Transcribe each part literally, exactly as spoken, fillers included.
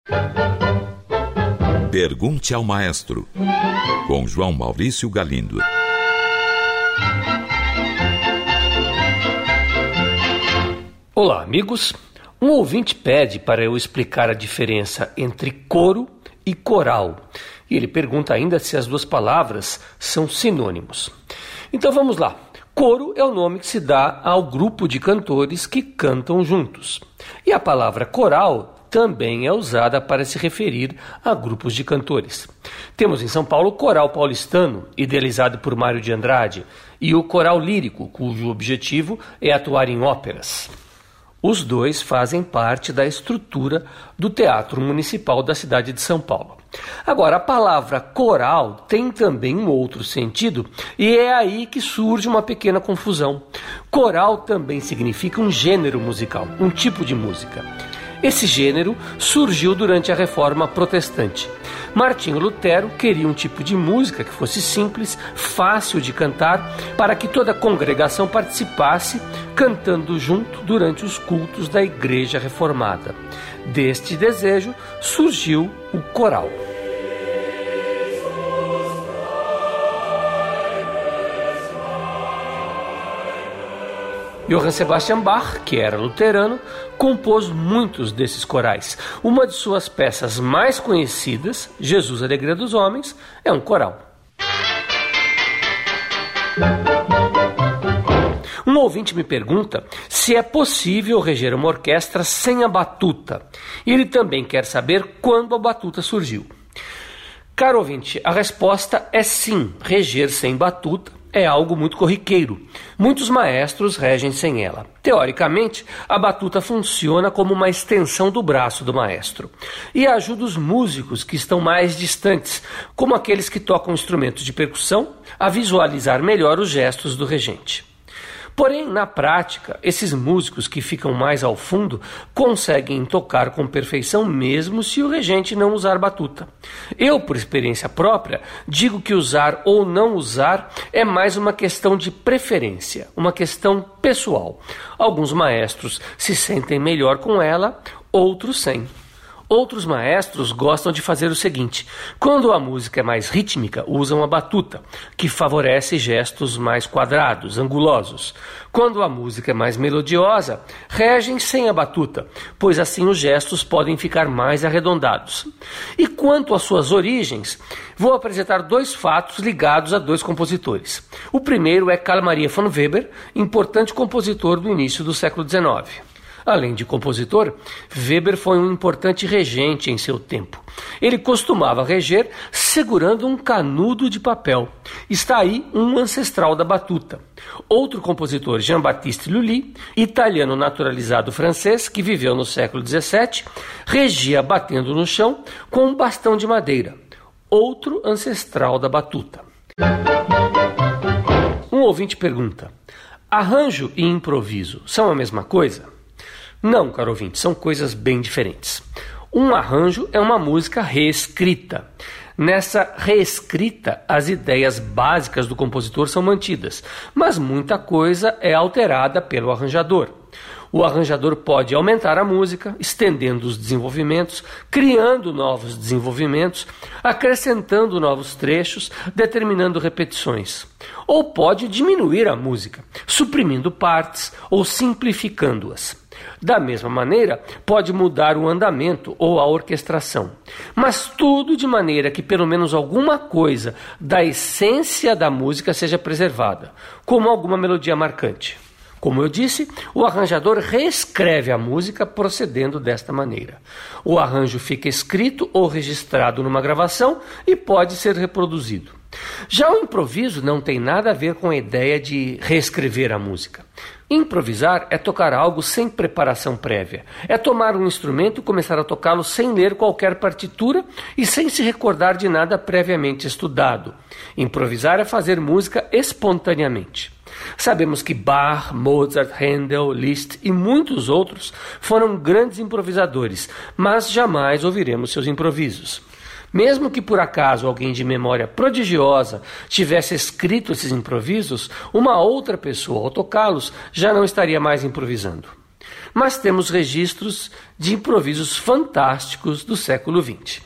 Pergunte ao Maestro, com João Maurício Galindo. Olá, amigos. Um ouvinte pede para eu explicar a diferença entre coro e coral. E ele pergunta ainda se as duas palavras são sinônimos. Então vamos lá. Coro é o nome que se dá ao grupo de cantores que cantam juntos. E a palavra coral também é usada para se referir a grupos de cantores. Temos em São Paulo o Coral Paulistano, idealizado por Mário de Andrade, e o Coral Lírico, cujo objetivo é atuar em óperas. Os dois fazem parte da estrutura do Teatro Municipal da cidade de São Paulo. Agora, a palavra coral tem também um outro sentido e é aí que surge uma pequena confusão. Coral também significa um gênero musical, um tipo de música. Esse gênero surgiu durante a Reforma Protestante. Martinho Lutero queria um tipo de música que fosse simples, fácil de cantar, para que toda a congregação participasse, cantando junto durante os cultos da Igreja Reformada. Deste desejo surgiu o coral. Johann Sebastian Bach, que era luterano, compôs muitos desses corais. Uma de suas peças mais conhecidas, Jesus, Alegria dos Homens, é um coral. Um ouvinte me pergunta se é possível reger uma orquestra sem a batuta. E ele também quer saber quando a batuta surgiu. Caro ouvinte, a resposta é sim, reger sem batuta é algo muito corriqueiro. Muitos maestros regem sem ela. Teoricamente, a batuta funciona como uma extensão do braço do maestro e ajuda os músicos que estão mais distantes, como aqueles que tocam instrumentos de percussão, a visualizar melhor os gestos do regente. Porém, na prática, esses músicos que ficam mais ao fundo conseguem tocar com perfeição mesmo se o regente não usar batuta. Eu, por experiência própria, digo que usar ou não usar é mais uma questão de preferência, uma questão pessoal. Alguns maestros se sentem melhor com ela, outros sem. Outros maestros gostam de fazer o seguinte: quando a música é mais rítmica, usam a batuta, que favorece gestos mais quadrados, angulosos. Quando a música é mais melodiosa, regem sem a batuta, pois assim os gestos podem ficar mais arredondados. E quanto às suas origens, vou apresentar dois fatos ligados a dois compositores. O primeiro é Carl Maria von Weber, importante compositor do início do século dezenove. Além de compositor, Weber foi um importante regente em seu tempo. Ele costumava reger segurando um canudo de papel. Está aí um ancestral da batuta. Outro compositor, Jean-Baptiste Lully, italiano naturalizado francês, que viveu no século dezessete, regia batendo no chão com um bastão de madeira. Outro ancestral da batuta. Um ouvinte pergunta: arranjo e improviso são a mesma coisa? Não, caro ouvinte, são coisas bem diferentes. Um arranjo é uma música reescrita. Nessa reescrita, as ideias básicas do compositor são mantidas, mas muita coisa é alterada pelo arranjador. O arranjador pode aumentar a música, estendendo os desenvolvimentos, criando novos desenvolvimentos, acrescentando novos trechos, determinando repetições. Ou pode diminuir a música, suprimindo partes ou simplificando-as. Da mesma maneira, pode mudar o andamento ou a orquestração, mas tudo de maneira que pelo menos alguma coisa da essência da música seja preservada, como alguma melodia marcante. Como eu disse, o arranjador reescreve a música procedendo desta maneira. O arranjo fica escrito ou registrado numa gravação e pode ser reproduzido. Já o improviso não tem nada a ver com a ideia de reescrever a música. Improvisar é tocar algo sem preparação prévia. É tomar um instrumento e começar a tocá-lo sem ler qualquer partitura e sem se recordar de nada previamente estudado. Improvisar é fazer música espontaneamente. Sabemos que Bach, Mozart, Handel, Liszt e muitos outros foram grandes improvisadores, mas jamais ouviremos seus improvisos. Mesmo que por acaso alguém de memória prodigiosa tivesse escrito esses improvisos, uma outra pessoa, ao tocá-los, já não estaria mais improvisando. mas temos registros de improvisos fantásticos do século vinte.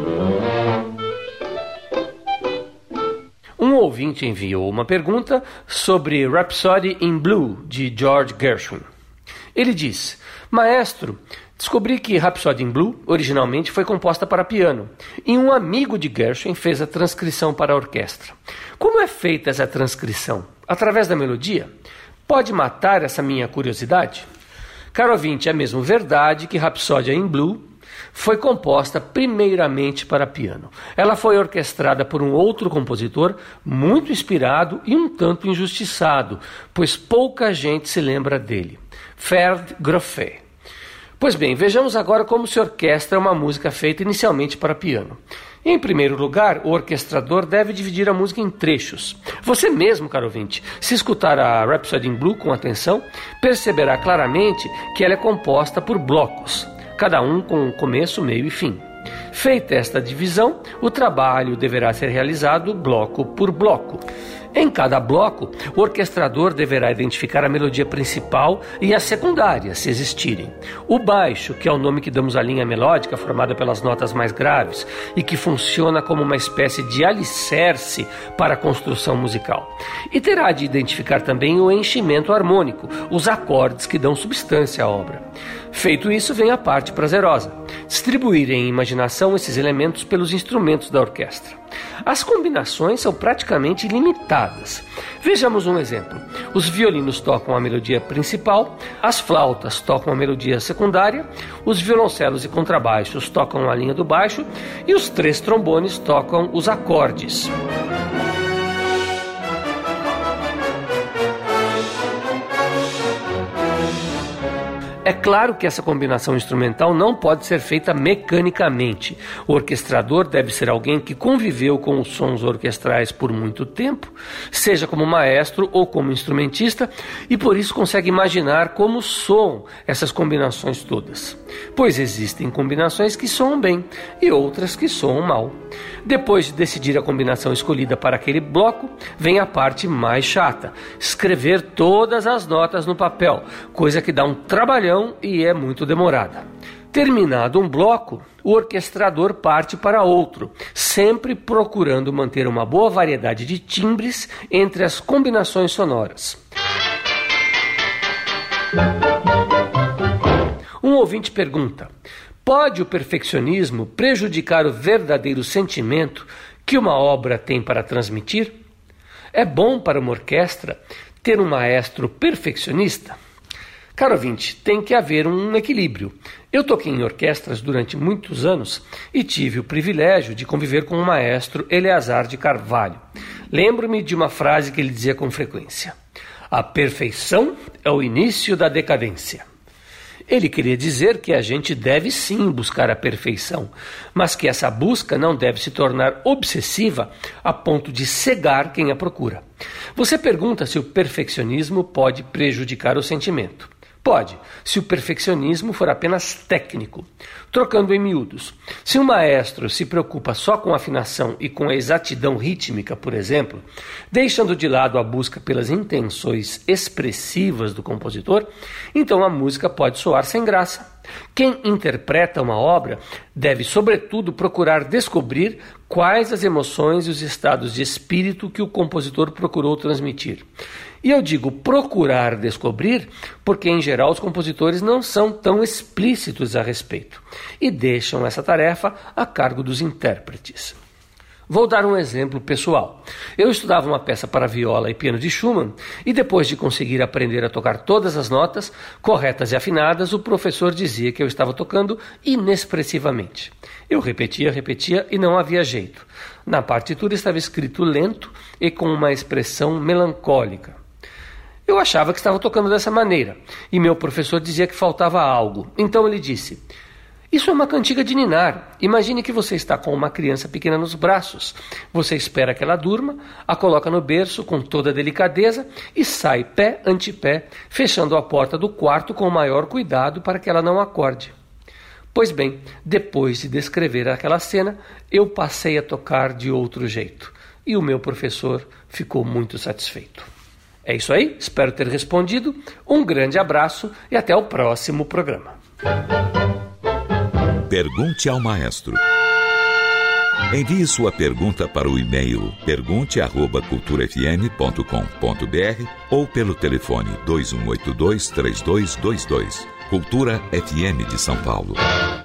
Um ouvinte enviou uma pergunta sobre Rhapsody in Blue, de George Gershwin. Ele diz: Maestro, descobri que Rhapsody in Blue originalmente foi composta para piano e um amigo de Gershwin fez a transcrição para a orquestra. Como é feita essa transcrição? Através da melodia? Pode matar essa minha curiosidade? Caro ouvinte, é mesmo verdade que Rhapsody in Blue foi composta primeiramente para piano. Ela foi orquestrada por um outro compositor muito inspirado e um tanto injustiçado, pois pouca gente se lembra dele, Ferd Groffet. Pois bem, vejamos agora como se orquestra uma música feita inicialmente para piano. Em primeiro lugar, o orquestrador deve dividir a música em trechos. Você mesmo, caro ouvinte, se escutar a Rhapsody in Blue com atenção, perceberá claramente que ela é composta por blocos, cada um com começo, meio e fim. Feita esta divisão, o trabalho deverá ser realizado bloco por bloco. Em cada bloco, o orquestrador deverá identificar a melodia principal e as secundárias, se existirem. O baixo, que é o nome que damos à linha melódica formada pelas notas mais graves e que funciona como uma espécie de alicerce para a construção musical. E terá de identificar também o enchimento harmônico, os acordes que dão substância à obra. Feito isso, vem a parte prazerosa: distribuir em imaginação esses elementos pelos instrumentos da orquestra. As combinações são praticamente ilimitadas. Vejamos um exemplo. Os violinos tocam a melodia principal, as flautas tocam a melodia secundária, os violoncelos e contrabaixos tocam a linha do baixo e os três trombones tocam os acordes. É claro que essa combinação instrumental não pode ser feita mecanicamente. O orquestrador deve ser alguém que conviveu com os sons orquestrais por muito tempo, seja como maestro ou como instrumentista, e por isso consegue imaginar como soam essas combinações todas. Pois existem combinações que soam bem e outras que soam mal. Depois de decidir a combinação escolhida para aquele bloco, vem a parte mais chata: escrever todas as notas no papel, coisa que dá um trabalhão e é muito demorada. Terminado um bloco, o orquestrador parte para outro, sempre procurando manter uma boa variedade de timbres entre as combinações sonoras. Um ouvinte pergunta: pode o perfeccionismo prejudicar o verdadeiro sentimento que uma obra tem para transmitir? É bom para uma orquestra ter um maestro perfeccionista? Caro ouvinte, tem que haver um equilíbrio. Eu toquei em orquestras durante muitos anos e tive o privilégio de conviver com o maestro Eleazar de Carvalho. Lembro-me de uma frase que ele dizia com frequência: a perfeição é o início da decadência. Ele queria dizer que a gente deve sim buscar a perfeição, mas que essa busca não deve se tornar obsessiva a ponto de cegar quem a procura. Você pergunta se o perfeccionismo pode prejudicar o sentimento. Pode, se o perfeccionismo for apenas técnico. Trocando em miúdos, se um maestro se preocupa só com a afinação e com a exatidão rítmica, por exemplo, deixando de lado a busca pelas intenções expressivas do compositor, então a música pode soar sem graça. Quem interpreta uma obra deve, sobretudo, procurar descobrir quais as emoções e os estados de espírito que o compositor procurou transmitir. E eu digo procurar descobrir porque, em geral, os compositores não são tão explícitos a respeito e deixam essa tarefa a cargo dos intérpretes. Vou dar um exemplo pessoal. Eu estudava uma peça para viola e piano de Schumann e, depois de conseguir aprender a tocar todas as notas, corretas e afinadas, o professor dizia que eu estava tocando inexpressivamente. Eu repetia, repetia e não havia jeito. Na partitura estava escrito lento e com uma expressão melancólica. Eu achava que estava tocando dessa maneira e meu professor dizia que faltava algo. Então ele disse: isso é uma cantiga de ninar. Imagine que você está com uma criança pequena nos braços. Você espera que ela durma, a coloca no berço com toda a delicadeza e sai pé ante pé, fechando a porta do quarto com o maior cuidado para que ela não acorde. Pois bem, depois de descrever aquela cena, eu passei a tocar de outro jeito e o meu professor ficou muito satisfeito. É isso aí, espero ter respondido. Um grande abraço e até o próximo programa. Pergunte ao Maestro. Envie sua pergunta para o e-mail pergunte arroba cultura f m ponto com ponto b r ou pelo telefone dois um oito dois, três dois dois dois. Cultura F M de São Paulo.